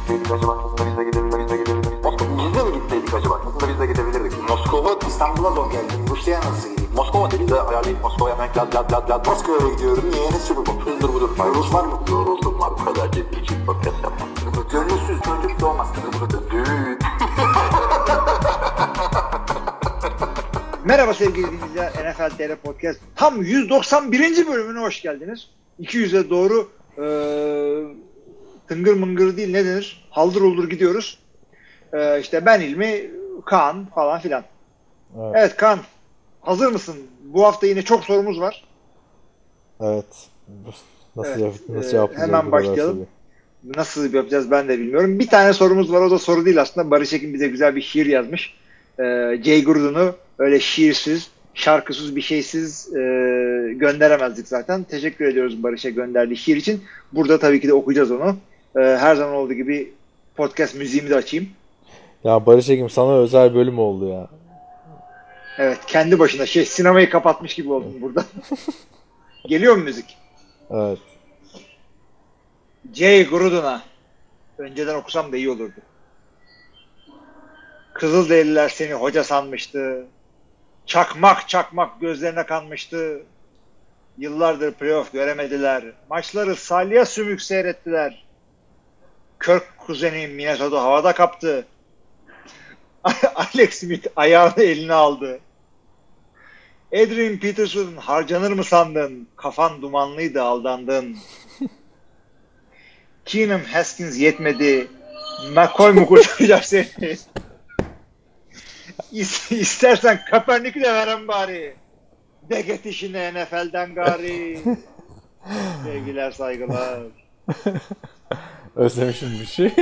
gitseydik acaba? Aslında biz de gidebilirdik. Biz de mi gitseydik acaba? Aslında biz de gidebilirdik. Moskova, İstanbul'a zor geldim. Rusya'ya nasıl gideyim? Moskova dedi de ayarlayıp Moskova'ya hemen lad. Moskova'ya gidiyorum. Niye? Ne sürü bu? Hızdır budur. Rus var mı? Yoruldum var. Bu kadar ciddi podcast yapmam. Gönülsüz çocuk doğmaz. Düğün. Merhaba sevgili dinleyiciler, NFL TR Podcast tam 191. bölümüne hoş geldiniz. 200'e doğru tıngır mıngır değil, ne denir? Haldır uldur gidiyoruz. İşte ben İlmi, Kaan falan filan. Evet Kaan, hazır mısın? Bu hafta yine çok sorumuz var. Evet. Nasıl yapacağız? Hemen başlayalım. Nasıl yapacağız ben de bilmiyorum. Bir tane sorumuz var, o da soru değil aslında. Barış Ekin bize güzel bir şiir yazmış. Jay Gruden'u öyle şiirsiz, şarkısız, bir şeysiz gönderemezdik zaten. Teşekkür ediyoruz Barış'a gönderdiği şiir için. Burada tabii ki de okuyacağız onu. Her zaman olduğu gibi podcast müziğimi de açayım. Ya Barış Ekim, sana özel bölüm oldu ya. Evet, kendi başına sinemayı kapatmış gibi oldum burada. Geliyor mu müzik? Evet. Jay Gruden'a önceden okusam da iyi olurdu. Kızılderililer seni hoca sanmıştı. Çakmak gözlerine kanmıştı. Yıllardır playoff göremediler. Maçları salya sümük seyrettiler. Kirk kuzeni Minnesota havada kaptı. Alex Smith ayağını eline aldı. Adrian Peterson harcanır mı sandın? Kafan dumanlıydı, aldandın. Keenum Haskins yetmedi. McCoy mu kurtaracak seni? İstersen Kaepernick'i de veren bari. De get işine NFL'den gari. Sevgiler, saygılar. Özlemişim bir şey.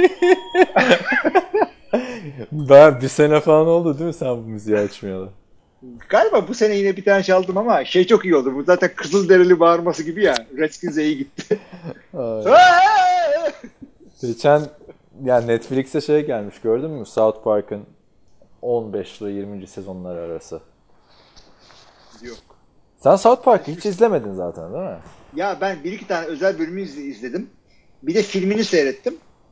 Ben bir sene falan oldu değil mi sen bu müziği açmayalı? Galiba bu sene yine bir tane çaldım ama çok iyi oldu. Bu zaten Kızılderili bağırması gibi ya. Redskins'e iyi gitti. Geçen yani Netflix'e gelmiş, gördün mü? South Park'ın 15 ile 20. sezonları arası. Yok. Sen South Park'ı hiç izlemedin zaten değil mi? Ya ben bir iki tane özel bölümü izledim. Bir de filmini seyrettim.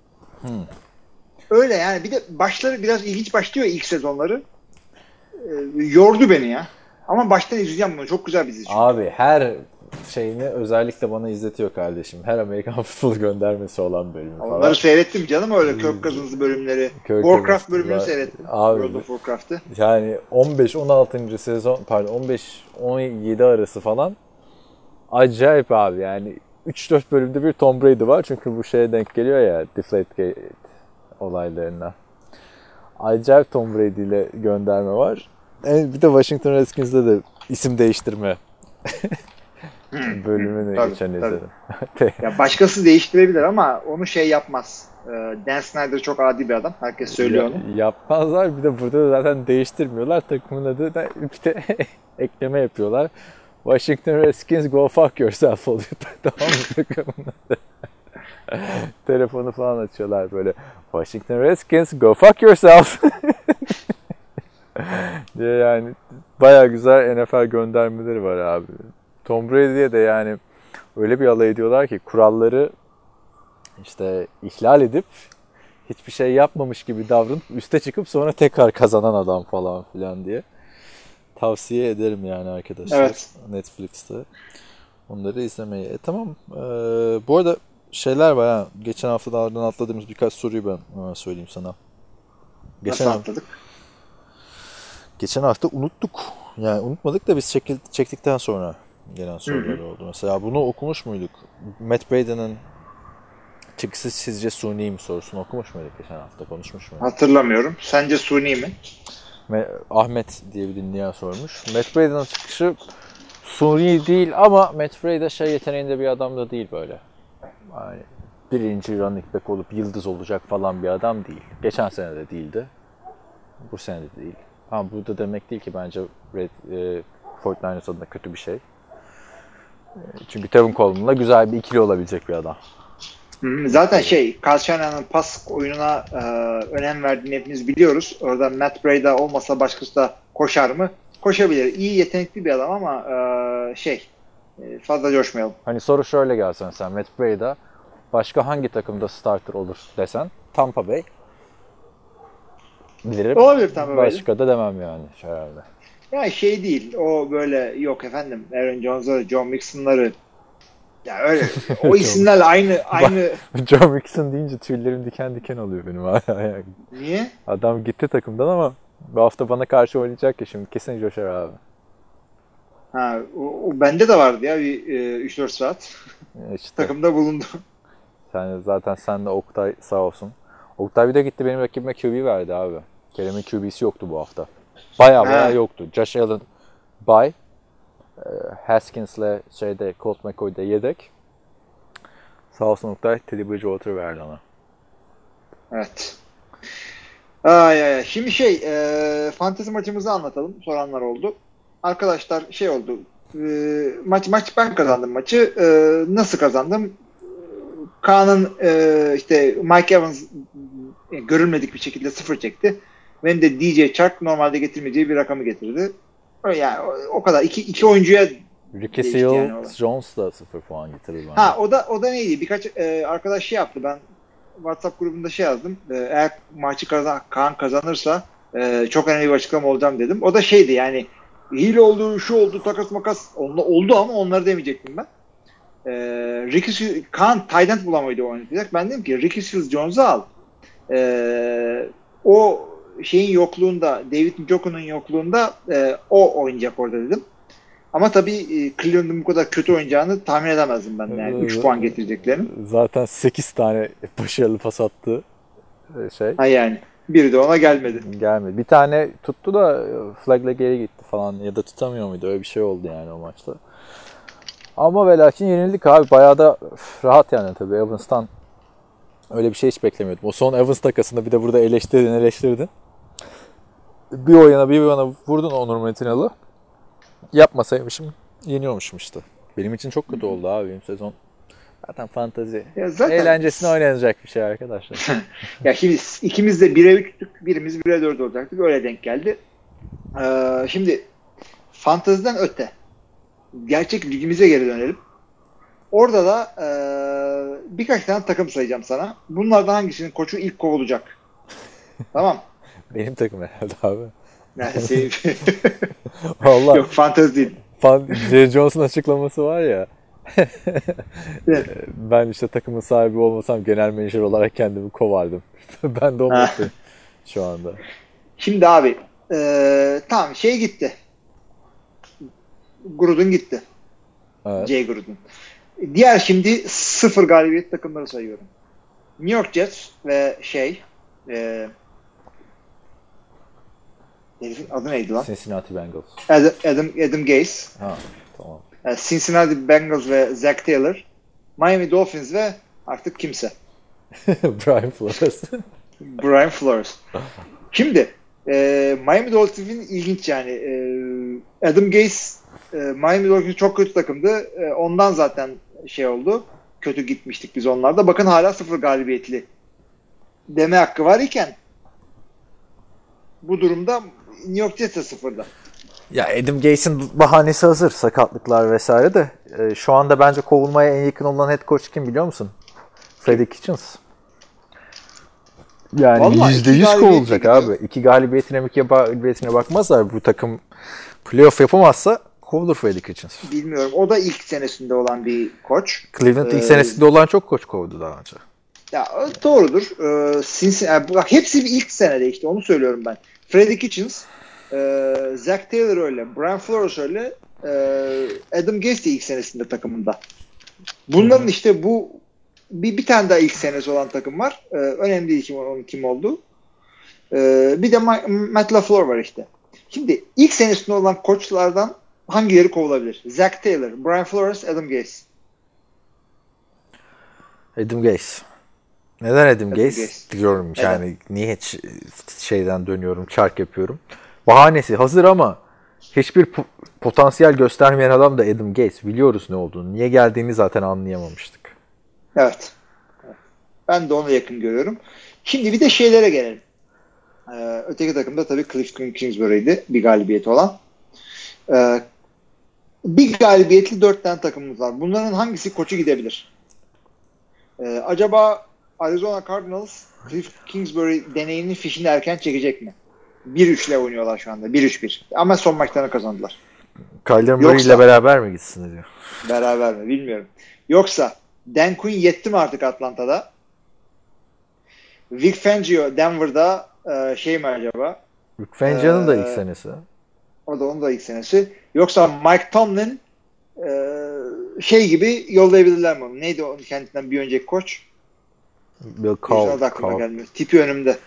Öyle yani, bir de başları biraz ilginç başlıyor, ilk sezonları. Yordu beni ya. Ama baştan izleyeceğim bunu. Çok güzel bir dizi çünkü. Abi her şeyini özellikle bana izletiyor kardeşim. Her Amerikan futbolu göndermesi olan bölümü falan. Onları seyrettim canım, öyle Kirk Cousins'lı bölümleri. Warcraft bölümünü seyrettim. Abi, World of Warcraft'ı. Yani 15-16. sezon, pardon 15-17 arası falan acayip abi yani. 3-4 bölümde bir Tom Brady var çünkü bu şeye denk geliyor ya, Deflategate olaylarına. Acayip Tom Brady ile gönderme var. Bir de Washington Redskins'de de isim değiştirme bölümünü geçen izledim. Ya başkası değiştirebilir ama onu yapmaz. Dan Snyder çok adi bir adam. Herkes söylüyor onu. Yapmazlar. Bir de burada zaten değiştirmiyorlar. Takımın adı da bir de ekleme yapıyorlar. Washington Redskins go fuck yourself oluyor. Tamam mı takımın adı? Telefonu falan açıyorlar böyle. Washington Redskins go fuck yourself. diye yani bayağı güzel NFL göndermeleri var abi. Tom Brady'ye de yani öyle bir alay ediyorlar ki kuralları işte ihlal edip hiçbir şey yapmamış gibi davranıp üste çıkıp sonra tekrar kazanan adam falan filan diye. Tavsiye ederim yani arkadaşlar. Evet. Netflix'te. Onları izlemeyi. Tamam. Bu arada şeyler var ha. Geçen haftalardan atladığımız birkaç soruyu ben söyleyeyim sana. Nasıl atladık? Geçen hafta unuttuk. Yani unutmadık da biz çektikten sonra gelen sorular oldu. Mesela bunu okumuş muyduk? Matt Brady'nin çıkısı sizce suni mi sorusunu okumuş muyduk geçen hafta? Konuşmuş muyduk? Hatırlamıyorum. Sence suni mi? Ahmet diye bir dinleyen sormuş. Matt Brady'nin çıkışı suni değil ama Matt Brady yeteneğinde bir adam da değil böyle. Yani birinci running back olup yıldız olacak falan bir adam değil. Geçen sene de değildi. Bu sene de değil. Ama bu da demek değil ki bence 49ers adına kötü bir şey. Çünkü Tevin Coleman'la güzel bir ikili olabilecek bir adam. Zaten Kyle Shanahan'ın pas oyununa önem verdiğini hepimiz biliyoruz. Orada Matt Brady olmasa başkası da koşar mı? Koşabilir. İyi, yetenekli bir adam ama fazla coşmayalım. Hani soru şöyle gelsen sen, Matt Brady başka hangi takımda starter olur desen Tampa Bay. Bilirim. Olabilir Tampa Bay'de. Başka da demem yani herhalde. Ya şey değil. O böyle yok efendim. Aaron Jones'ları, John Mixon'ları. Ya öyle. O isimlerle aynı. John Mixon deyince tüylerim diken diken oluyor benim hala. Yani. Niye? Adam gitti takımdan ama bu hafta bana karşı oynayacak ya şimdi. Kesin coşar abi. Ha, o bende de vardı ya bir 3-4 saat. İşte. Takımda bulundu. Sen de Oktay sağ olsun. Oktay bir de gitti benim rakibime QB verdi abi. Kerem'in QB'si yoktu bu hafta. Bayağı yoktu. Josh Allen bye. Haskins'le Colt McCoy'da yedek. Sağ olsun Oktay Teddy Bridgewater verdi ona. Evet. Ay. Şimdi fantezi maçımızı anlatalım. Soranlar oldu. Arkadaşlar oldu. Maç ben kazandım maçı. Nasıl kazandım? Kaan'ın Mike Evans görülmedik bir şekilde 0 çekti. Benim de DJ Chark normalde getirmeyeceği bir rakamı getirdi. Yani o kadar. İki oyuncuya Ricky Seals-Jones da 0 puan getirdi bana. Ha o da neydi? Birkaç arkadaş yaptı. Ben WhatsApp grubunda yazdım. Eğer maçı Kaan kazanırsa çok önemli bir açıklama olacağım dedim. O da yani hile oldu, şu oldu, takas makas oldu ama onları demeyecektim ben. Kaan tight end bulamaydı oynatacak. Ben dedim ki Ricky Seals-Jones'u al. O şeyin yokluğunda, David Njoku'nun yokluğunda o oynayacak orada dedim. Ama tabii Cleveland'ın bu kadar kötü oynayacağını tahmin edemezdim ben. Yani 3 puan getireceklerini. Zaten 8 tane başarılı pas attı Ha yani. Biri de ona gelmedi. Bir tane tuttu da flagla geri gitti falan ya da tutamıyor muydu? Öyle bir şey oldu yani o maçta. Ama ve lakin yenildik abi. Bayağı da rahat yani tabii. Evans'tan öyle bir şey hiç beklemiyordum. O son Evans takasında bir de burada eleştirdin. Bir o yana bir yana vurdun Onur Metinalı. Yapmasaymışım yeniyormuşum işte. Benim için çok kötü oldu abi benim sezon. Zaten fantezi. Eğlencesine oynanacak bir şey arkadaşlar. Ya şimdi ikimiz de 1'e 3'tük. Birimiz 1'e 4 olacaktık. Öyle denk geldi. Şimdi fanteziden öte. Gerçek ligimize geri dönelim. Orada da birkaç tane takım sayacağım sana. Bunlardan hangisinin koçu ilk kovulacak? Tamam. Benim takım herhalde abi. Yani Vallahi. Yok fantezi değil. Jerry Jones'un açıklaması var ya. Ben işte takımın sahibi olmasam genel menajer olarak kendimi kovardım. Ben de o mutluyum şu anda. Şimdi abi tamam gitti. Gruden gitti. Evet. Jay Gruden. Diğer şimdi 0 galibiyet takımları sayıyorum. New York Jets ve herifin adı neydi lan? Cincinnati Bengals. Adam Gase. Ha, tamam. Cincinnati Bengals ve Zach Taylor. Miami Dolphins ve artık kimse. Brian Flores. Şimdi Miami Dolphins'in ilginç yani. Adam Gase Miami Dolphins çok kötü takımdı. Ondan zaten oldu. Kötü gitmiştik biz onlarda. Bakın hala 0 galibiyetli deme hakkı var iken bu durumda New York Jets de 0'da. Ya Adam Gase'in bahanesi hazır. Sakatlıklar vesaire de. Şu anda bence kovulmaya en yakın olan head coach kim biliyor musun? Freddie Kitchens. Yani %100 kovulacak abi. 2 galibiyetine 2 galibiyetine bakmazlar. Bu takım playoff yapamazsa kovulur Freddie Kitchens. Bilmiyorum. O da ilk senesinde olan bir koç. Cleveland ilk senesinde olan çok koç kovdu daha önce. Ya doğrudur. Bak hepsi bir ilk senede işte onu söylüyorum ben. Freddie Kitchens, Zach Taylor öyle, Brian Flores öyle, Adam Gase de ilk senesinde takımında. Bunların işte bu bir tane daha ilk senesi olan takım var. Önemli değil onun kim olduğu. Bir de Matt LaFleur var işte. Şimdi ilk senesinde olan koçlardan hangileri kovulabilir? Zach Taylor, Brian Flores, Adam Gase. Adam Gase. Neden Adam Gase diyorum yani niye şeyden dönüyorum, çark yapıyorum. Bahanesi hazır ama hiçbir potansiyel göstermeyen adam da Adam Gase. Biliyoruz ne olduğunu. Niye geldiğini zaten anlayamamıştık. Evet. Ben de ona yakın görüyorum. Şimdi bir de şeylere gelelim. Öteki takımda tabii Clifton Kingsbury'di bir galibiyeti olan. Bir galibiyetli 4 tane takımımız var. Bunların hangisi koçu gidebilir? Acaba Arizona Cardinals Cliff Kingsbury deneyinin fişini erken çekecek mi? 1-3 ile oynuyorlar şu anda. 1-3-1. Ama son maçlarını kazandılar. Kyler Murray ile beraber mi gitsin diyor. Beraber mi? Bilmiyorum. Yoksa Dan Quinn yetti mi artık Atlanta'da? Vic Fangio Denver'da şey mi acaba? Vic Fangio'nun da ilk senesi. O da onun da ilk senesi. Yoksa Mike Tomlin şey gibi yollayabilirler mi? Neydi o kendinden bir önceki koç? Bill Cowher. Tipi önümde.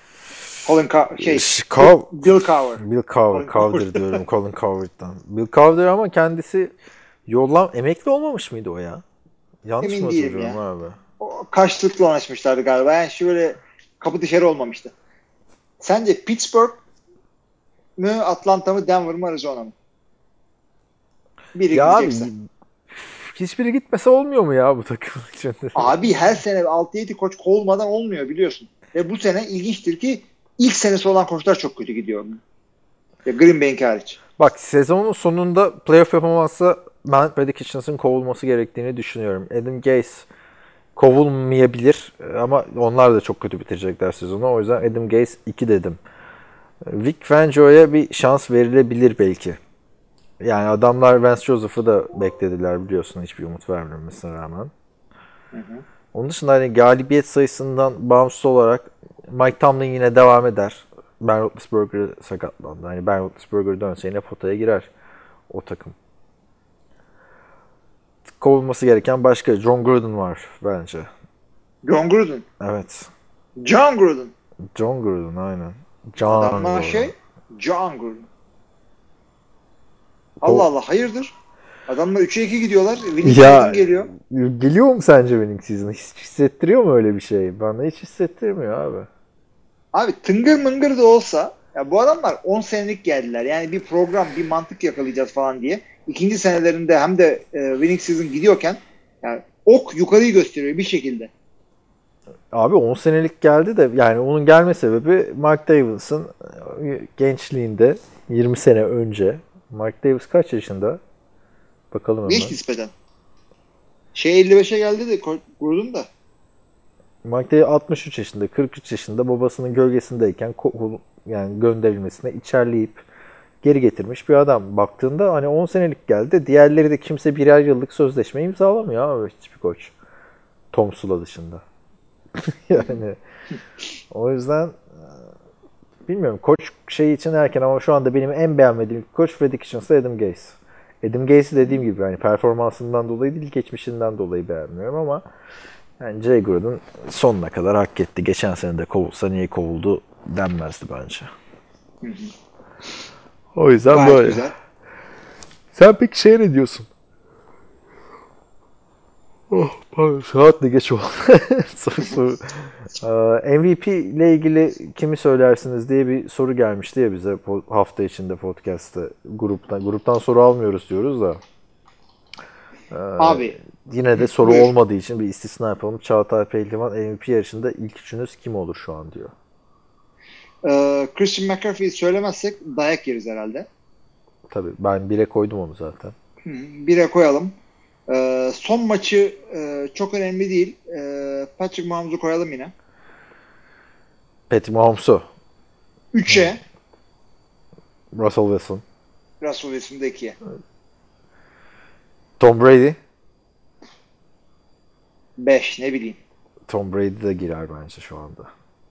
Bill Cowher. Bill Cowher. Cowher diyorum. Colin Cowherd'dan. Bill Cowher ama kendisi emekli olmamış mıydı o ya? Yanlış Emin mı değilim hatırlıyorum ya. abi? O karşılıklı anlaşmışlardı galiba. Yani şöyle kapı dışarı olmamıştı. Sence Pittsburgh mü, Atlanta mı, Denver mı, Arizona mı? Biri gidecekse. Hiçbiri gitmese olmuyor mu ya bu takım için? Abi her sene 6-7 koç kovulmadan olmuyor biliyorsun. Ve bu sene ilginçtir ki ilk senesi olan koçlar çok kötü gidiyor. Green Bay'in hariç. Bak sezonun sonunda playoff yapamazsa ben Freddie Kitchens'ın kovulması gerektiğini düşünüyorum. Adam Gase kovulmayabilir ama onlar da çok kötü bitirecekler sezonu. O yüzden Adam Gase 2 dedim. Vic Fangio'ya bir şans verilebilir belki. Yani adamlar Vance Joseph'ı da beklediler biliyorsun hiçbir umut vermemesine rağmen. Hı. Onun dışında hani galibiyet sayısından bağımsız olarak Mike Tomlin yine devam eder. Ben Roethlisberger sakatlandı. Hani Ben Roethlisberger dönse yine potaya girer o takım. Kovulması gereken başka John Gruden var bence. John Gruden. Evet. John Gruden. John Gruden aynen. Adamlar John Gruden. Allah Allah hayırdır? Adamlar 3'e 2 gidiyorlar. Winning season geliyor. Geliyor mu sence winning season? Hiç hissettiriyor mu öyle bir şey? Bana hiç hissettirmiyor abi. Abi tıngır mıngır da olsa ya bu adamlar 10 senelik geldiler. Yani bir program, bir mantık yakalayacağız falan diye. İkinci senelerinde hem de winning season gidiyorken yani ok yukarıyı gösteriyor bir şekilde. Abi 10 senelik geldi de yani onun gelme sebebi Mark Davis'ın gençliğinde 20 sene önce. Mark Davis kaç yaşında? Bakalım hemen. Geç nispeten. 55'e geldi de Gruden da. Mark Davis 63 yaşında, 43 yaşında babasının gölgesindeyken yani gönderilmesine içerleyip geri getirmiş bir adam. Baktığında hani 10 senelik geldi. Diğerleri de kimse birer yıllık sözleşme imzalamıyor abi hiçbir koç. Tom Sula dışında. Yani o yüzden bilmiyorum koç şey için erken ama şu anda benim en beğenmediğim koç Freddie Kitchens'la Adam Gase. Adam Gase'i dediğim gibi hani performansından dolayı değil geçmişinden dolayı beğenmiyorum ama yani Jay Gruden sonuna kadar hak etti. Geçen sene de kovulsa niye kovuldu denmezdi bence. O yüzden gayet böyle. Güzel. Sen peki şey ne diyorsun? Oh, pardon, saat de geç oldu. MVP ile ilgili kimi söylersiniz diye bir soru gelmişti ya bize hafta içinde podcast'ta gruptan soru almıyoruz diyoruz da. Abi yine de soru buyur. olmadığı için bir istisna yapalım. Çağatay Pehlivan MVP yarışında ilk üçünüz kim olur şu an diyor. Christian McCaffrey'i söylemezsek dayak yeriz herhalde. Tabii ben 1'e koydum onu zaten. 1'e koyalım. Son maçı çok önemli değil. Patrick Mahomes'u koyalım yine. Patty Mahomes'u. 3'e. Russell Wilson. Russell Wilson'da 2'ye. Tom Brady. 5 ne bileyim. Tom Brady de girer bence şu anda.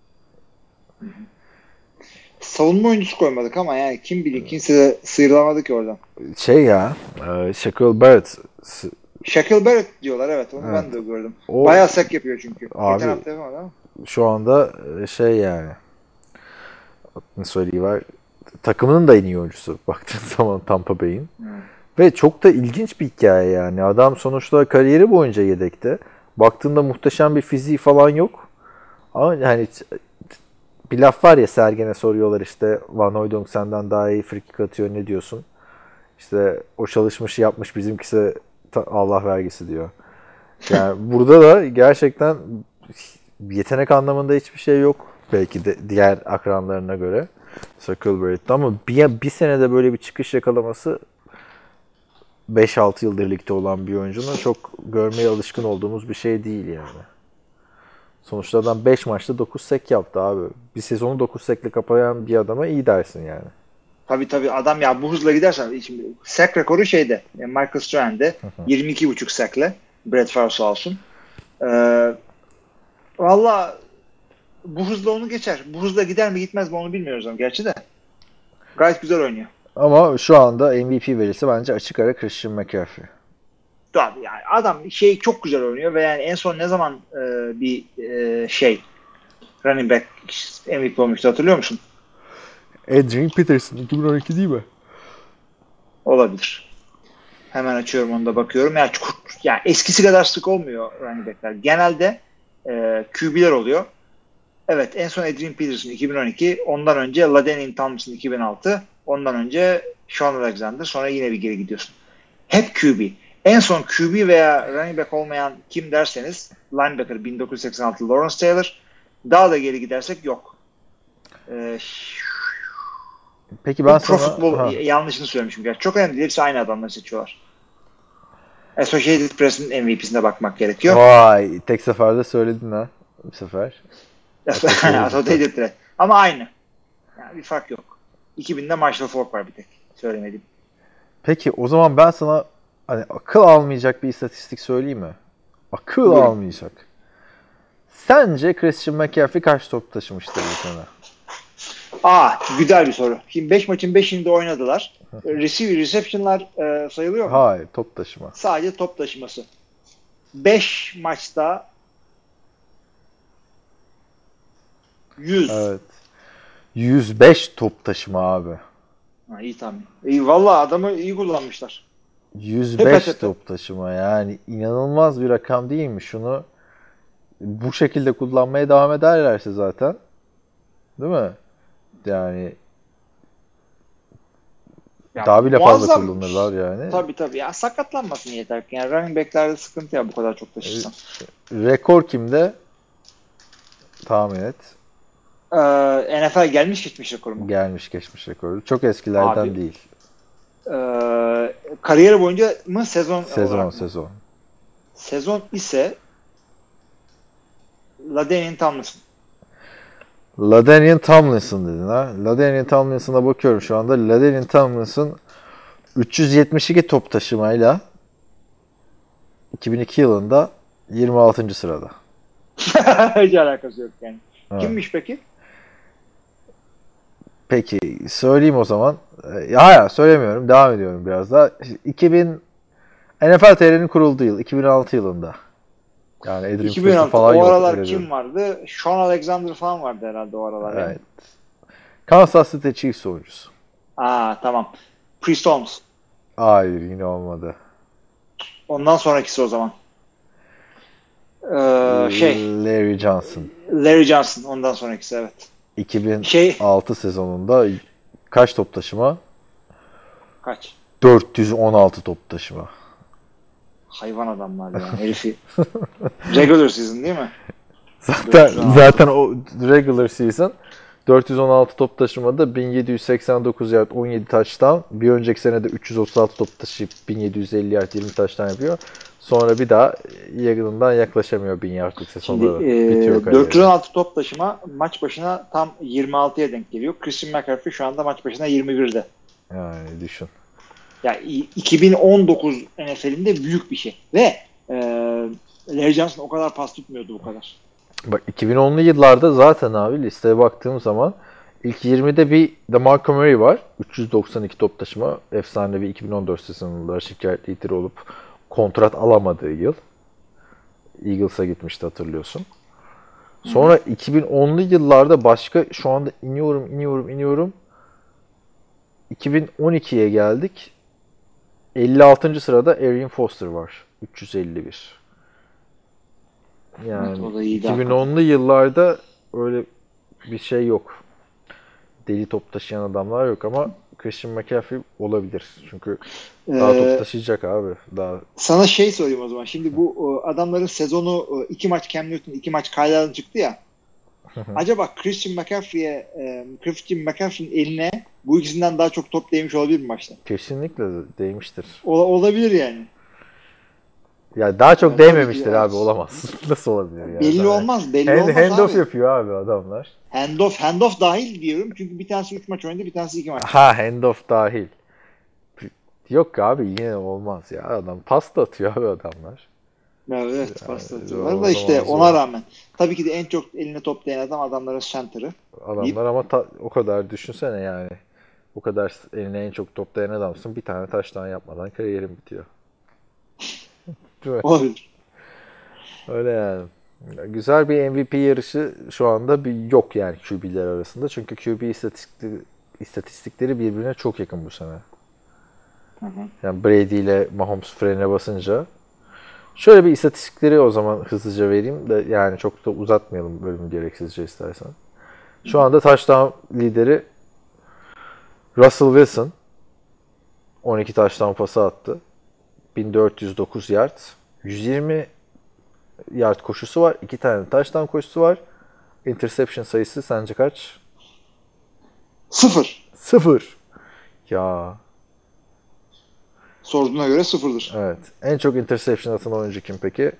Savunma oyuncusu koymadık ama yani kim bilir kimse de sıyrılamadı ki oradan. Şey ya Shaquille Barrett. Shaquille Barrett diyorlar evet onu Evet. ben de gördüm. O, bayağı sack yapıyor çünkü. Abi, geçen hafta yapamadı ama. Şu anda şey yani ne söyleyeyim var takımının da en iyi oyuncusu baktığın zaman Tampa Bay'in. Ve çok da ilginç bir hikaye yani. Adam sonuçta kariyeri boyunca yedekte. Baktığında muhteşem bir fiziği falan yok. Ama yani bir laf var ya Sergen'e soruyorlar işte Van Hooijdonk senden daha iyi free kick atıyor ne diyorsun? İşte o çalışmış yapmış bizimkisi Allah vergisi diyor. Yani burada da gerçekten yetenek anlamında hiçbir şey yok. Belki de diğer akranlarına göre. Shaquille Barrett'ta ama bir senede böyle bir çıkış yakalaması 5-6 yıldır ligde olan bir oyuncunun çok görmeye alışkın olduğumuz bir şey değil yani. Sonuçta adam 5 maçta 9 sek yaptı abi. Bir sezonu 9 sekle kapayan bir adama iyi dersin yani. Tabii adam ya bu hızla gidersen şimdi sack rekoru şeyde Michael Strahan'de 22,5 sackle Brett Favre sağ olsun. Valla bu hızla onu geçer. Bu hızla gider mi gitmez mi onu bilmiyoruz ama gerçi de. Gayet güzel oynuyor. Ama şu anda MVP verirse bence açık ara Christian McCaffrey. Abi yani adam çok güzel oynuyor ve yani en son ne zaman bir running back MVP olmuştu hatırlıyor musun? Adrian Peterson 2012 değil mi? Olabilir. Hemen açıyorum onu da bakıyorum. Yani eskisi kadar sık olmuyor running backler. Genelde QB'ler oluyor. Evet en son Adrian Peterson 2012. Ondan önce LaDainian Tomlinson 2006. Ondan önce Sean Alexander. Sonra yine bir geri gidiyorsun. Hep QB. En son QB veya running back olmayan kim derseniz linebacker 1986 Lawrence Taylor. Daha da geri gidersek yok. Peki ben Pro sana... Football yanlışını söylemişim. Gerçi. Çok önemli değil. Hepsi aynı adamları seçiyorlar. Associated Press'in MVP'sine bakmak gerekiyor. Vay tek seferde söyledin ha bu sefer. Associated Press. Ama aynı. Yani bir fark yok. 2000'de Marshall Faulk var bir tek. Söylemedim. Peki o zaman ben sana hani akıl almayacak bir istatistik söyleyeyim mi? Akıl almayacak. Sence Christian McCaffrey kaç top taşımıştır bu sene? Güzel bir soru. Şimdi 5 maçın 5'inde oynadılar. Reception'lar sayılıyor mu? Hayır, top taşıma. Sadece top taşıması. 5 maçta 100. Evet. 105 top taşıma abi. İyi tahmin. Vallahi adamı iyi kullanmışlar. 105 top taşıma yani inanılmaz bir rakam değil mi? Şunu bu şekilde kullanmaya devam ederlerse zaten değil mi? Yani daha bile fazla kullanırlar yani. Tabii. Ya sakatlanmasın yeter ki. Yani running back'lerde sıkıntı ya bu kadar çok taşırsan. Rekor kimde? Tahmin et. NFL gelmiş geçmiş rekoru mu? Gelmiş geçmiş rekoru. Çok eskilerden Abi, değil. Kariyeri boyunca mı sezon Sezon. Sezon ise LaDainian Tomlinson. LaDainian Tomlinson dedin ha. LaDainian Tomlinson'a bakıyorum şu anda. LaDainian Tomlinson 372 top taşımayla 2002 yılında 26. sırada. Hiç alakası yok yani. Evet. Kimmiş peki? Peki söyleyeyim o zaman. Hayır söylemiyorum. Devam ediyorum biraz daha. 2000 NFL TR'nin kurulduğu yıl 2006 yılında. Yani Adrian 2006 falan o yok. aralar kim vardı? Sean Alexander falan vardı herhalde o aralar. Evet. Yani. Kansas City Chiefs oyuncusu. Tamam. Priest Holmes. Hayır yine olmadı. Ondan sonrakisi o zaman. Larry Johnson. Larry Johnson ondan sonrakisi evet. 2006 sezonunda kaç top taşıma? Kaç? 416 top taşıma. Hayvan adamlar yani herifi. Regular season değil mi? Zaten o regular season 416 top taşımada 1789 yard 17 touchdown. Bir önceki senede 336 top taşıyıp 1750 yard 20 touchdown yapıyor. Sonra bir daha yakından yaklaşamıyor 1000 yardlık sezonda. Bitiyor kariyeri. 416 top taşıma maç başına tam 26'ya denk geliyor. Christian McCaffrey şu anda maç başına 21'de. Yani düşün. Yani 2019 NFL'inde büyük bir şey. Ve Larry Johnson o kadar pas tutmuyordu bu kadar. Bak 2010'lu yıllarda zaten abi listeye baktığım zaman ilk 20'de bir DeMarco Murray var. 392 top taşıma. Efsane bir 2014 sezonunda rushing yard lideri olup kontrat alamadığı yıl. Eagles'a gitmişti hatırlıyorsun. Sonra 2010'lu yıllarda başka şu anda iniyorum. 2012'ye geldik. 56. sırada Arian Foster var. 351. Yani evet, 2010'lu yıllarda öyle bir şey yok. Deli top taşıyan adamlar yok ama Christian McCaffrey olabilir. Çünkü daha top taşıyacak abi. Daha. Sana sorayım o zaman. Şimdi bu adamların sezonu 2 maç Cam Newton, 2 maç Kyle Allen çıktı ya. Acaba Christian McCaffrey'in eline bu ikisinden daha çok top değmiş olabilir mi maçta? Kesinlikle değmiştir. Olabilir yani. Ya daha çok Yani değmemiştir tabii ki, abi, evet. olamaz. Nasıl olabilir yani? Belli olmaz. Belli olmaz Handoff abi. yapıyor abi adamlar. Handoff dahil diyorum. Çünkü bir tanesi 3 maç oynadı, bir tanesi 2 maç. Ha, handoff dahil. Yok abi, yine olmaz ya. Adam pasta atıyor abi adamlar. Evet, Yani, pasta o atıyorlar da işte zaman ona zor. rağmen. Tabii ki de en çok eline top değen adam adamların center'ı. Adamlar ama o kadar düşünsene yani. O kadar eline en çok top değen adamsın. Bir tane taştan yapmadan kariyerin bitiyor. Değil mi? Olabilir. Öyle yani. Güzel bir MVP yarışı şu anda bir yok yani QB'ler arasında. Çünkü QB istatistikleri birbirine çok yakın bu sene. Hı hı. Yani Brady ile Mahomes frene basınca. Şöyle bir istatistikleri o zaman hızlıca vereyim de yani çok da uzatmayalım bölümü gereksizce istersen. Şu anda touchdown lideri Russell Wilson. 12 touchdown pası attı. 1409 yard. 120 yard koşusu var. 2 tane touchdown koşusu var. Interception sayısı sence kaç? 0. 0. Ya Sorduğuna göre 0'dır. evet. En çok interception atan oyuncu kim peki?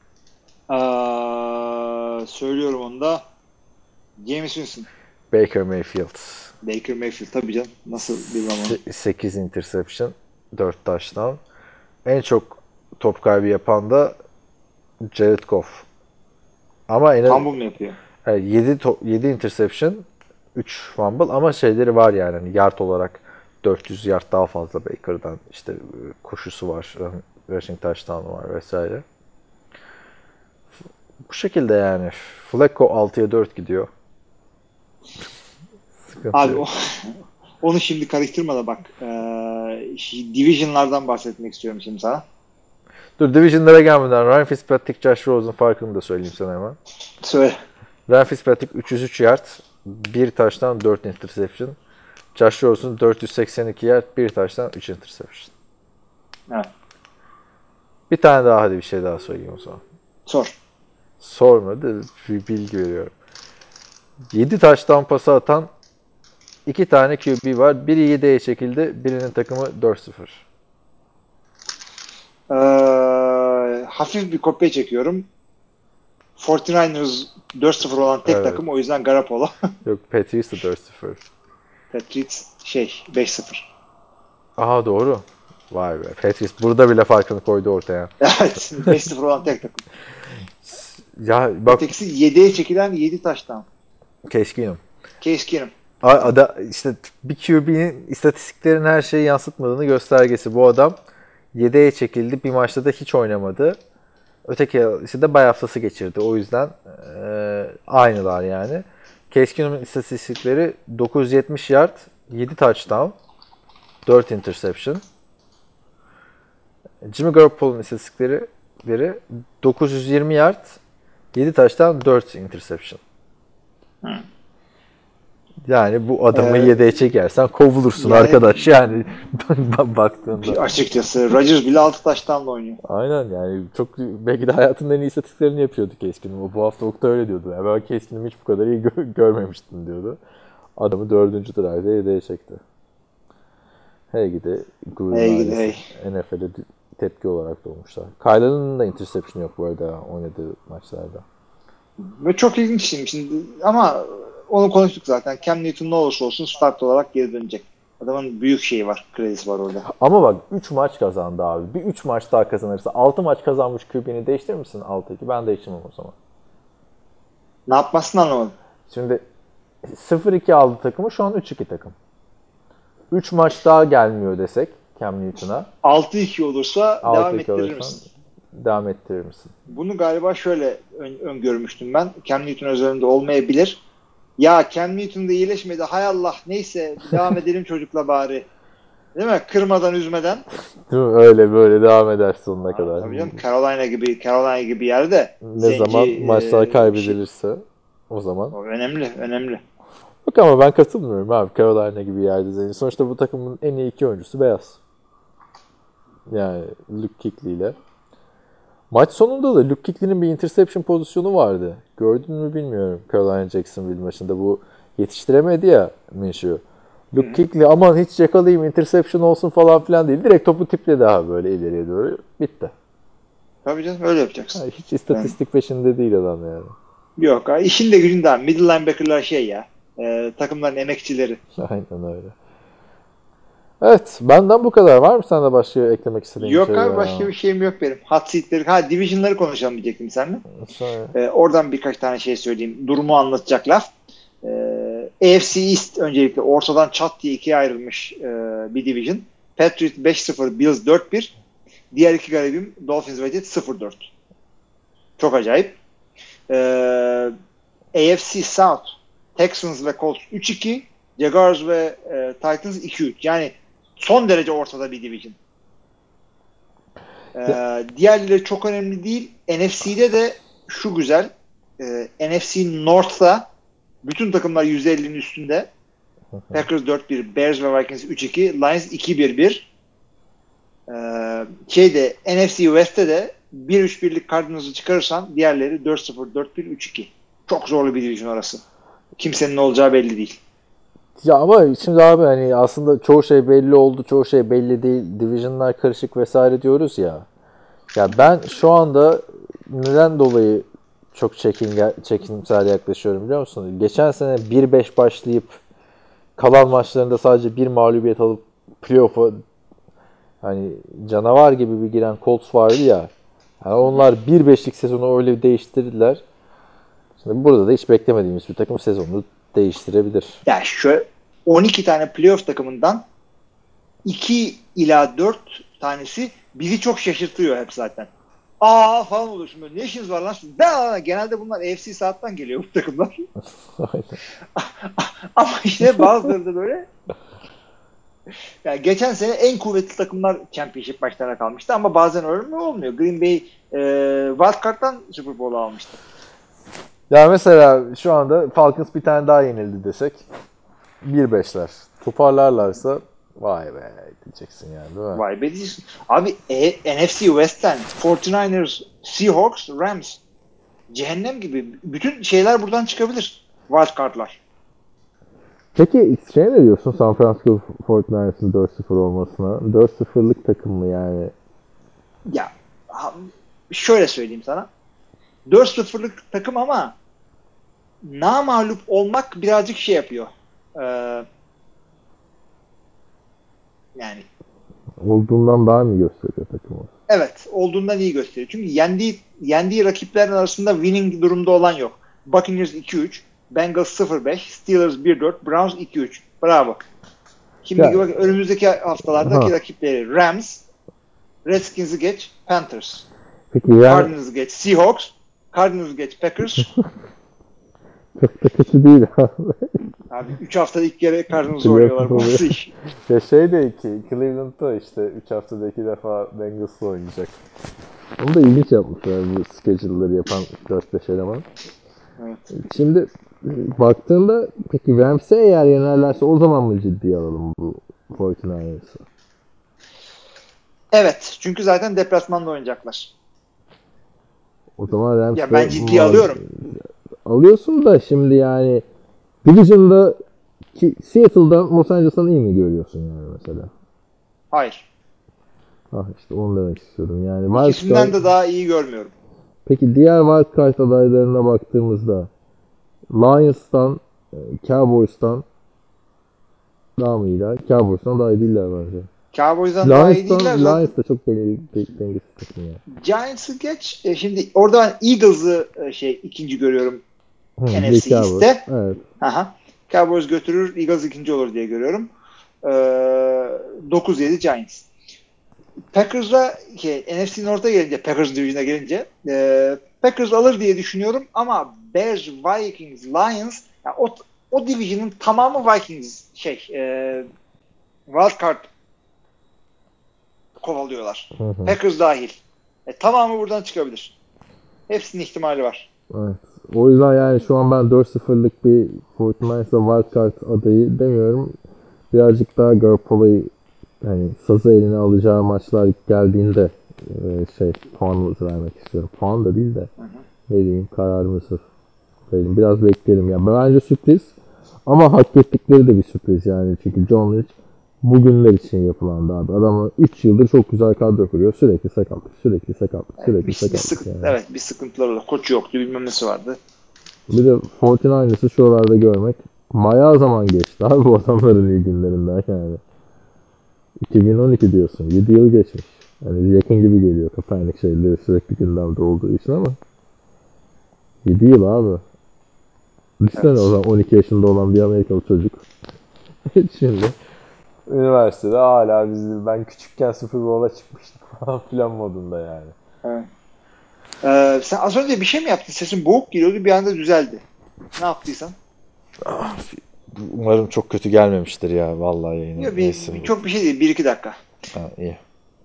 Söylüyorum onu da. James Winston. Baker Mayfield. Baker Mayfield tabii canım. Nasıl bilmem onu. 8 interception, 4 touchdown. En çok top kaybı yapan da Jared Goff. Ama Fumble mu yapıyor? 7 interception, 3 fumble ama şeyleri var yani hani yard olarak 400 yard daha fazla Baker'dan, işte koşusu var, rushing touchdown'u var vesaire. Bu şekilde yani. Flacco 6'ya 4 gidiyor. Sıkıntı Abi yok. onu şimdi karıştırma da bak. Division'lardan bahsetmek istiyorum şimdi sana. Dur, division'lara gelmeden Ryan Fitzpatrick, Josh Rosen farkını da söyleyeyim sana hemen. Söyle. Ryan Fitzpatrick 303 yard, 1 touchdown, 4 interception. Josh Rosen 482 yard, 1 touchdown, 3 interception. Evet. Bir tane daha, hadi bir şey daha söyleyeyim o zaman. Sor. Sormadı, bir bilgi veriyorum. 7 touchdown pası atan 2 tane QB var. Biri yedeğe çekildi, birinin takımı 4-0. Hafif bir kopya çekiyorum. 49ers 4-0 olan tek Evet. takım, o yüzden Garoppolo. Yok, Patriots da 4-0. Patriots 5-0. Aha, doğru. Vay be. Patriots burada bile farkını koydu ortaya. Evet. 5-0 olan tek takım. Ya bak, Ötekisi 7'ye çekilen 7 taştan. Case Keenum. Case Keenum. İşte bir QB'nin istatistiklerin her şeyi yansıtmadığını göstergesi. Bu adam yedeğe çekildi. Bir maçta da hiç oynamadı. Öteki de bay haftası geçirdi. O yüzden aynılar yani. Case Keenum'un istatistikleri 970 yard, 7 touchdown, 4 interception. Jimmy Garoppolo'nun istatistikleri 920 yard, 7 touchdown, 4 interception. Yani bu adamı yedeğe çekersen kovulursun yani, arkadaş yani baktığında. Açıkçası Rodgers bile 6 taştanla oynuyor. Aynen yani, çok belki de hayatının en iyi istatistiklerini yapıyordu Case Keenum. Bu hafta Oktay öyle diyordu. Yani ben Case Keenum'u hiç bu kadar iyi görmemiştim diyordu. Adamı 4. drive'da yedeğe çekti. Hey gidi Hey. NFL'e tepki olarak doğmuşlar. Kyle'ın da interception yok bu arada oynadığı maçlarda. Ve çok ilginç şimdi ama onu konuştuk zaten. Cam Newton ne olursa olsun start olarak geri dönecek. Adamın büyük şeyi var. Kredisi var orada. Ama bak 3 maç kazandı abi. Bir 3 maç daha kazanırsa 6 maç kazanmış QB'ni değiştirir misin 6-2? Ben değiştirmem o zaman. Ne yapmasını anlamadım. Şimdi 0-2 aldı takımı, şu an 3-2 takım. 3 maç daha gelmiyor desek Cam Newton'a. 6-2 olursa devam 6-2 ettirir olursan misin? devam ettirir misin? Bunu galiba şöyle öngörmüştüm ben. Cam Newton özelinde olmayabilir. Ya Cam Newton da iyileşmedi. Hay Allah, neyse devam edelim çocukla bari. Değil mi? Kırmadan, üzmeden. Değil mi? Öyle böyle devam eder sonuna kadar. Tabii canım, Carolina gibi yerde. Ne zaman maçlar kaybedilirse o zaman. O önemli. Bak ama ben katılmıyorum abi, Carolina gibi yerde zenci. Sonuçta bu takımın en iyi 2 oyuncusu beyaz. Yani Luke Kuechly ile. Maç sonunda da Luke Kuechly'nin bir interception pozisyonu vardı. Gördün mü bilmiyorum, Carolina Jacksonville maçında bu yetiştiremedi ya Minshew. Luke Kuechly aman hiç yakalayayım interception olsun falan filan değil. Direkt topu tipledi abi böyle ileriye doğru. Bitti. Tabii canım öyle yapacaksın. Ha, hiç istatistik peşinde değil adam yani. Yok. İşin de gücün daha. Middle linebacker'lar şey ya. Takımların emekçileri. Aynen öyle. Evet. Benden bu kadar. Var mı sende başka eklemek istediğin Yok şey? abi başka bir şeyim yok benim. Hot seat'leri. Division'ları konuşalım diyecektim seninle. Sonra... Oradan birkaç tane şey söyleyeyim. Durumu anlatacak laf. AFC East öncelikle ortadan çat diye ikiye ayrılmış bir division. Patriots 5-0, Bills 4-1. Diğer iki garibim Dolphins ve Jets 0-4. Çok acayip. AFC South Texans ve Colts 3-2, Jaguars ve Titans 2-3. Yani son derece ortada bir division. Diğerleri çok önemli değil. NFC'de de şu güzel. NFC North'ta bütün takımlar %50'nin üstünde. Packers 4-1, Bears ve Vikings 3-2, Lions 2-1-1. NFC West'te de 1-3-1'lik Cardinals'ı çıkarırsan diğerleri 4-0, 4-1, 3-2. Çok zorlu bir division orası. Kimsenin ne olacağı belli değil. Ya ama şimdi abi hani aslında çoğu şey belli oldu, çoğu şey belli değil. Division'lar karışık vesaire diyoruz ya. Ya ben şu anda neden dolayı çok çekimsel yaklaşıyorum biliyor musun? Geçen sene 1-5 başlayıp kalan maçlarında sadece bir mağlubiyet alıp playoff'a hani canavar gibi bir giren Colts vardı ya. Yani onlar 1-5'lik sezonu öyle değiştirdiler. Şimdi burada da hiç beklemediğimiz bir takım sezonunu değiştirebilir. Ya şu 12 tane playoff takımından 2 ila 4 tanesi bizi çok şaşırtıyor hep zaten. Falan oluyor şimdi. Ne işiniz var lan? Genelde bunlar AFC South'tan geliyor bu takımlar. Ama işte bazıları da böyle. Yani geçen sene en kuvvetli takımlar championship maçlarına kalmıştı ama bazen öyle mi olmuyor? Green Bay wildcard'dan Super Bowl'u almıştı. Ya mesela şu anda Falcons bir tane daha yenildi desek 1-5'ler. Toparlarlarsa vay be diyeceksin yani değil mi? Vay be diyeceksin. Abi NFC West'ten 49ers, Seahawks, Rams cehennem gibi bütün şeyler buradan çıkabilir. Wildcard'lar. Peki şey ne diyorsun San Francisco 49ers'ın 4-0 olmasına? 4-0'lık takım mı yani? Ya şöyle söyleyeyim sana. 4-0'lık takım ama namağlup olmak birazcık şey yapıyor. Yani olduğundan daha mı gösteriyor takımı? Evet, olduğundan iyi gösteriyor. Çünkü yendiği rakiplerin arasında winning durumda olan yok. Buccaneers 2-3, Bengals 0-5, Steelers 1-4, Browns 2-3. Bravo. Şimdi bak, önümüzdeki haftalardaki rakipleri Rams, Redskins'i geç, Panthers. Peki yani... Cardinals'ı geç, Seahawks, Cardinals'ı geç, Packers. Çok da kötü değil abi. Abi 3 haftada ilk kere Cardinals'ı oynuyorlar. Bu nasıl iş? Ya şey de Cleveland'da işte 3 haftada 2 defa Bengals'la oynayacak. Onu da ilginç yapmışlar bu schedule'ları yapan 4-5 eleman. Evet. Şimdi baktığında peki Rams'e eğer yenerlerse o zaman mı ciddiye alalım bu 49ers'ı? Evet. Çünkü zaten deplasmanda oynayacaklar. O zaman Rams'e... Ya ben ciddiye alıyorum. Alıyorsun da şimdi yani Division'da Seattle'dan Los Angeles'tan iyi mi görüyorsun yani mesela? Hayır. İşte onu demek istiyorum. Yani İkisinden de daha iyi görmüyorum. Peki diğer wildcard adaylarına baktığımızda Lions'tan, Cowboys'tan daha mı iyiler? Cowboys'tan daha iyi değiller bence. Cowboys'tan daha iyi değiller. Lions da çok dengesiz takım ya. Giants'ı geç. Şimdi orada ben Eagles'ı ikinci görüyorum. NFC East'te. Evet. Cowboys götürür, Eagles ikinci olur diye görüyorum. 9-7 Giants. Packers'la NFC North'a gelince, Packers Division'a gelince Packers alır diye düşünüyorum ama Bears, Vikings, Lions yani o Division'ın tamamı Vikings wildcard kovalıyorlar. Packers dahil. Tamamı buradan çıkabilir. Hepsinin ihtimali var. Evet. O yüzden yani şu an ben 4-0'lık bir 49ers'a wildcard adayı demiyorum. Birazcık daha Garoppolo'yu hani sazı eline alacağı maçlar geldiğinde puanımızı vermek istiyorum. Puan da değil de ne diyeyim kararımızı verelim. Biraz bekleyelim. Yani bence sürpriz ama hak ettikleri de bir sürpriz yani. Çünkü John Lynch bugünler için yapılan da abi. Adam 3 yıldır çok güzel kadro kuruyor. Sürekli sakatlık, sürekli sakatlık, sürekli sakatlık. Yani. Evet, bir sıkıntılar oldu. Koçu yoktu, bilmem nesi vardı. Bir de 49ers'ı şuralarda görmek bayağı zaman geçti abi bu adamların iyi günlerinden yani. 2012 diyorsun. 7 yıl geçmiş. Yani yakın gibi geliyor Kaepernick şeyleri sürekli gündemde olduğu için ama 7 yıl abi. Düşünsene evet. O zaman 12 yaşında olan bir Amerikalı çocuk. Şimdi üniversitede hala ben küçükken Super Bowl'a çıkmıştık falan filan modunda yani. Evet. Sen az önce bir şey mi yaptın? Sesin boğuk geliyordu, bir anda düzeldi. Ne yaptıysan? Umarım çok kötü gelmemiştir ya vallahi yayına. Çok bir şey değil. 1-2 dakika. Ha, iyi.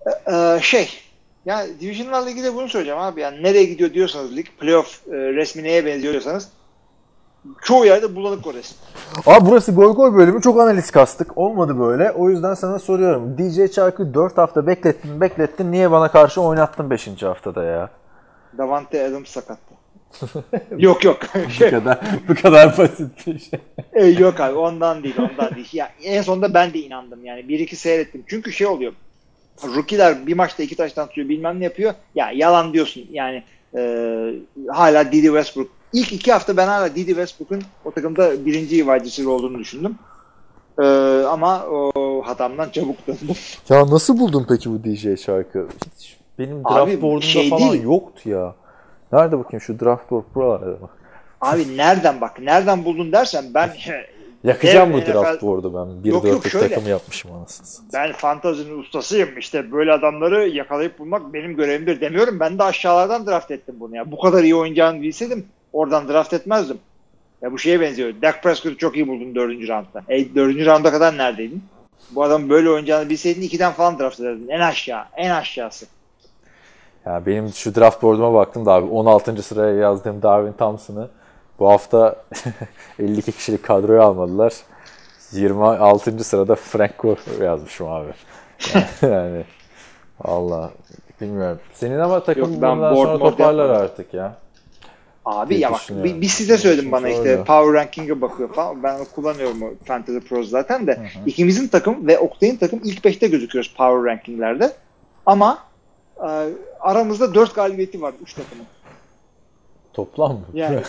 Ya Division'larla ilgili bunu söyleyeceğim abi. Yani nereye gidiyor diyorsanız lig, playoff resmi neye benziyor diyorsanız çoğu yerde bulanık o resim. Abi burası gol gol bölümü, çok analiz kastık. Olmadı böyle. O yüzden sana soruyorum. DJ Chark'ı 4 hafta beklettin. Niye bana karşı oynattın 5. haftada ya? Davante Adams sakattı. yok. bu kadar basit bir şey. Yok abi ondan değil. Ya, en sonunda ben de inandım yani. 1-2 seyrettim. Çünkü şey oluyor. Rookie'ler bir maçta 2 taştan tutuyor, bilmem ne yapıyor. Ya yalan diyorsun. Yani hala Dede Westbrook. İlk 2 hafta ben hala Dede Westbrook'un o takımda birinci wide receiver olduğunu düşündüm. Ama o hatamdan çabuk döndüm. Ya nasıl buldun peki bu DJ Chark'ı? Hiç benim draft board'umda falan değil. Yoktu ya. Nerede bakayım şu draft board buralarda? Abi nereden buldun dersen ben yakacağım bu draft board'u ben. 1-4'lük takım yapmışım anasını. Ben fantazinin ustasıyım. İşte böyle adamları yakalayıp bulmak benim görevimdir demiyorum. Ben de aşağılardan draft ettim bunu ya. Bu kadar iyi oynayacağını bilseydim oradan draft etmezdim. Ya bu şeye benziyor. Dak Prescott'u çok iyi buldun 4. roundda. 4. rounda kadar neredeydin? Bu adam böyle oynayacağını bilseydin 2'den falan draft ederdin. En aşağısı. Ya benim şu draft board'uma baktım da abi 16. sıraya yazdığım Darwin Thompson'ı bu hafta 52 kişilik kadroya almadılar. 26. sırada Frank Gore yazmışım abi. Yani Allah bilmiyorum. Senin ama takım bundan sonra toparlar artık ya. Abi ya bak bir size söyledim bana işte Power Ranking'e bakıyor falan. Ben kullanıyorum o Fantasy Pro zaten de. Hı-hı. İkimizin takım ve Oktay'ın takım ilk 5'te gözüküyoruz Power Ranking'lerde. Ama aramızda 4 galibiyeti var 3 takımın. Toplam mı? Yani.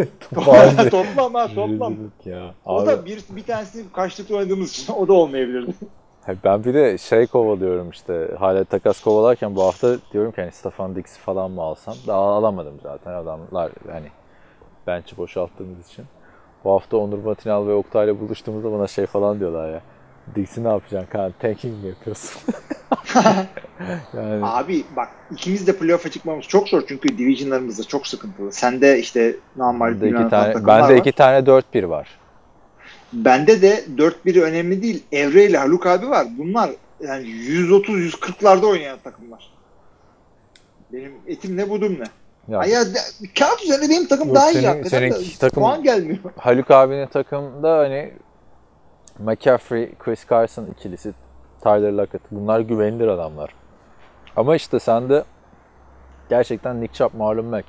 Toplam. Ya. O da bir tanesini karşılıklı oynadığımız için o da olmayabilirdi. Ben bir de kovalıyorum işte. Hala takas kovalarken bu hafta diyorum ki hani Stefan Diggs'i falan mı alsam? Daha alamadım zaten adamlar hani bench'i boşalttığımız için. Bu hafta Onur Matinal ve Oktay'la buluştuğumuzda bana falan diyorlar ya. Diggs'i ne yapacaksın? Kan tanking mi yapıyorsun? Yani. Abi bak ikimiz de playoff'a çıkmamız çok zor çünkü divisionlarımız da çok sıkıntılı. Sende işte normal bende 2 tane 4-1 var. Bende de 4-1 önemli değil. Evre ile Haluk abi var. Bunlar yani 130-140'larda oynayan takımlar. Benim etim ne budum ne. Ya kağıt üzerinde benim takım daha iyi hakikaten. Takım, puan gelmiyor. Haluk abinin takımda hani McCaffrey, Chris Carson ikilisi, Tyler Lockett. Bunlar güvenilir adamlar. Ama işte sende gerçekten Nick Chubb, Marlon Mack.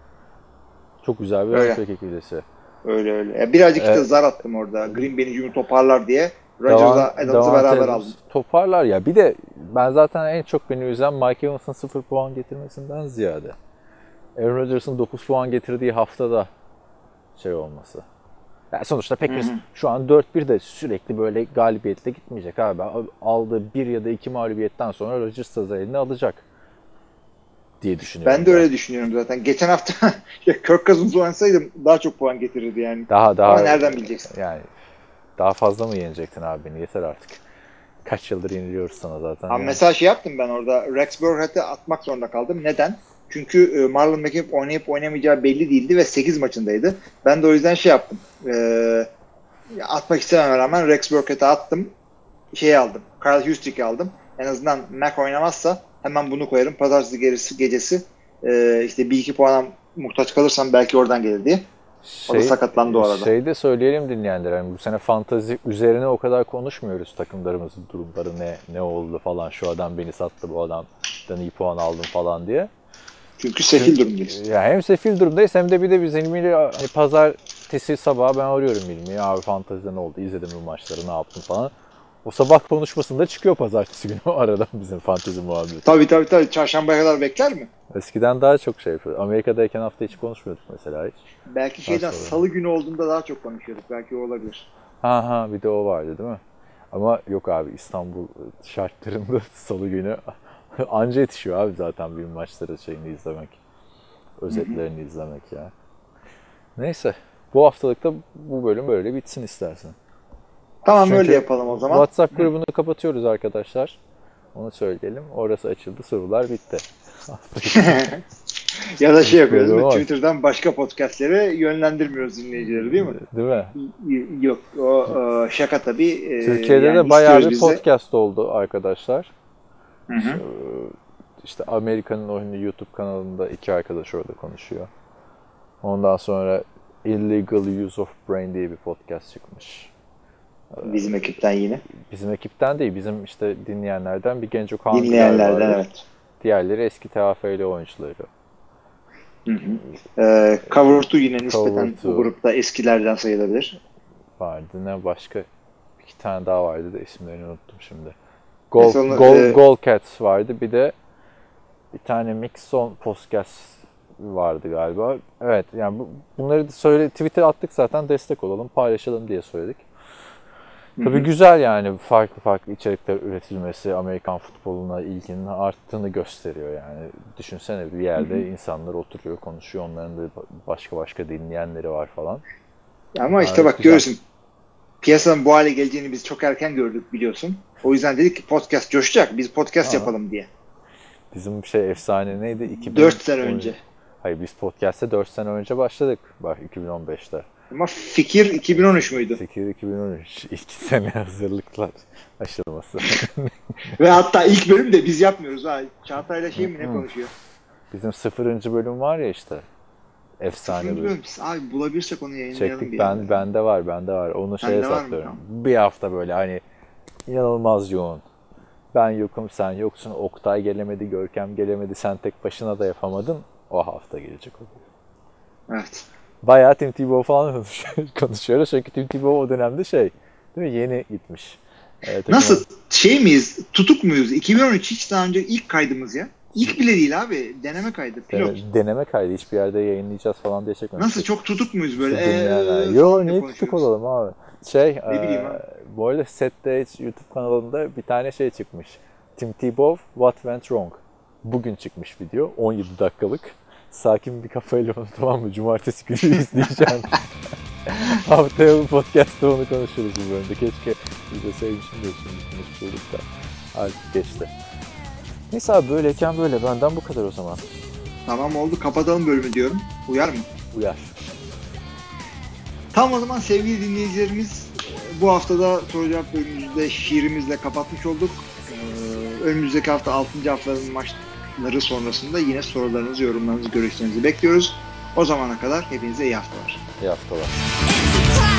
Çok güzel bir running back ikilisi. Öyle. Birazcık da zar attım orada. Green Bay'in hücumu toparlar diye. Rodgers'la Adams'ı beraber aldım. Toparlar ya. Bir de ben zaten en çok beni üzen Mike Evans'ın 0 puan getirmesinden ziyade Aaron Rodgers'ın 9 puan getirdiği haftada olması. Yani sonuçta Packers şu an 4-1'de sürekli böyle galibiyetle gitmeyecek abi. Aldığı 1 ya da 2 mağlubiyetten sonra Rodgers da elini alacak diye düşünüyorum. Ben de öyle düşünüyorum zaten. Geçen hafta Kirk Cousins oynasaydım daha çok puan getirirdi yani. Daha ama nereden bileceksin? Yani daha fazla mı yenecektin abi beni? Yeter artık. Kaç yıldır yeniliyoruz sana zaten. Abi mesela yaptım ben orada. Rex Burkhead'i atmak zorunda kaldım. Neden? Çünkü Marlon Mack oynayıp oynamayacağı belli değildi ve 8 maçındaydı. Ben de o yüzden yaptım. Atmak istememe rağmen Rex Burkhead'i attım. Aldım. Kyle Juszczyk'i aldım. En azından Mack oynamazsa hemen bunu koyarım. Pazartesi gecesi işte 1-2 puana muhtaç kalırsam belki oradan gelir diye. O da sakatlandı o arada. De söyleyelim dinleyenlere. Yani bu sene fantazi üzerine o kadar konuşmuyoruz. Takımlarımızın durumları ne oldu falan. Şu adam beni sattı, bu adamdan iyi puan aldım falan diye. Çünkü sefil durumdayız. Ya hem sefil durumdayız hem de bir de biz İlmi'yle pazartesi sabahı ben arıyorum İlmi'yi. Abi fantazide ne oldu? İzledim bu maçları, ne yaptın falan. O sabah konuşmasında çıkıyor pazartesi günü arada bizim fantezi muhabbeti. Tabii. Çarşambaya kadar bekler mi? Eskiden daha çok şey yapıyorduk. Amerika'dayken hafta içi konuşmuyorduk mesela hiç. Belki şeyden salı günü olduğunda daha çok konuşuyorduk. Belki o olabilir. Ha bir de o vardı değil mi? Ama yok abi, İstanbul şartlarında salı günü anca yetişiyor abi zaten bir maçları şeyini izlemek. Özetlerini izlemek ya. Neyse. Bu haftalıkta bu bölüm böyle bitsin istersen. Tamam, Çünkü öyle yapalım o zaman. WhatsApp grubunu kapatıyoruz arkadaşlar. Onu söyleyelim. Orası açıldı. Sorular bitti. Ya da şey yapıyoruz değil mi? Var. Twitter'dan başka podcastlere yönlendirmiyoruz dinleyicileri, değil mi? Değil mi? Yok. O şaka tabii. Türkiye'de yani de bayağı bir bize. podcast oldu arkadaşlar. Hı. İşte Amerika'nın Oyunu YouTube kanalında 2 arkadaş orada konuşuyor. Ondan sonra Illegal Use of Brain diye bir podcast çıkmış. Bizim ekipten yine. Bizim ekipten değil, bizim işte dinleyenlerden bir Genco Kaan Dinleyenlerden, var. evet. Diğerleri eski TFL oyuncuları. Cover 2 yine nispeten Cover bu grupta eskilerden sayılabilir. Vardı. Ne başka? 2 tane daha vardı da isimlerini unuttum şimdi. Goal Cats vardı. Bir de bir tane Mixon podcast vardı galiba. Evet, yani bunları da Twitter'a attık zaten, destek olalım, paylaşalım diye söyledik. Tabii güzel yani, farklı içerikler üretilmesi Amerikan futboluna ilginin arttığını gösteriyor yani. Düşünsene, bir yerde insanlar oturuyor, konuşuyor, onların da başka dinleyenleri var falan. Ama işte bak, güzel. görüyorsun, piyasanın bu hale geleceğini biz çok erken gördük, biliyorsun. O yüzden dedik ki podcast coşacak, biz podcast yapalım diye. Bizim efsane neydi? 4 sene önce. Hayır, biz podcast'e 4 sene önce başladık. Bak, 2015'te. Ama fikir 2013 müydü? Fikir 2013. 2 sene hazırlıklar aşılması. Ve hatta ilk bölüm de biz yapmıyoruz ha. Çağatay'la şey mi ne konuşuyor? Bizim 0. bölüm var ya işte. Efsane bölüm. Abi bulabilirsek onu yayınlayalım. Çektik, bir bende var. Onu şeye saklıyorum. Bir hafta böyle hani inanılmaz yoğun. Ben yokum, sen yoksun. Oktay gelemedi, Görkem gelemedi. Sen tek başına da yapamadın. O hafta gelecek oluyor. Evet. Bayağı Tim Tebow falan konuşuyoruz. Çünkü Tim Tebow o dönemde değil mi? Yeni gitmiş. Nasıl? Şey miyiz? Tutuk muyuz? 2013 hiç daha önce ilk kaydımız ya. İlk bile değil abi. Deneme kaydı. Pilot. Deneme kaydı. Hiçbir yerde yayınlayacağız falan diye çekmemiştik. Nasıl? Çok tutuk muyuz böyle? Yo, niye tutuk olalım abi? Ne bileyim abi. Bu arada Set Dates YouTube kanalında bir tane çıkmış. Tim Tebow What Went Wrong. Bugün çıkmış video. 17 dakikalık. Sakin bir kafayla onu, tamam mı? Cumartesi günü izleyeceğim. Haftaya bu podcast'ta onu konuşuruz bu bölümde. Keşke izleseymişim de şimdi konuşurduk da. Artık geçti. Neyse abi, böyleyken böyle. Benden bu kadar o zaman. Tamam, oldu. Kapatalım bölümü diyorum. Uyar mı? Uyar. Tamam, o zaman sevgili dinleyicilerimiz, bu haftada soru cevap bölümümüzü de şiirimizle kapatmış olduk. Önümüzdeki hafta 6. haftanın maçları sonrasında yine sorularınızı, yorumlarınızı, görüşlerinizi bekliyoruz. O zamana kadar hepinize iyi haftalar. İyi haftalar.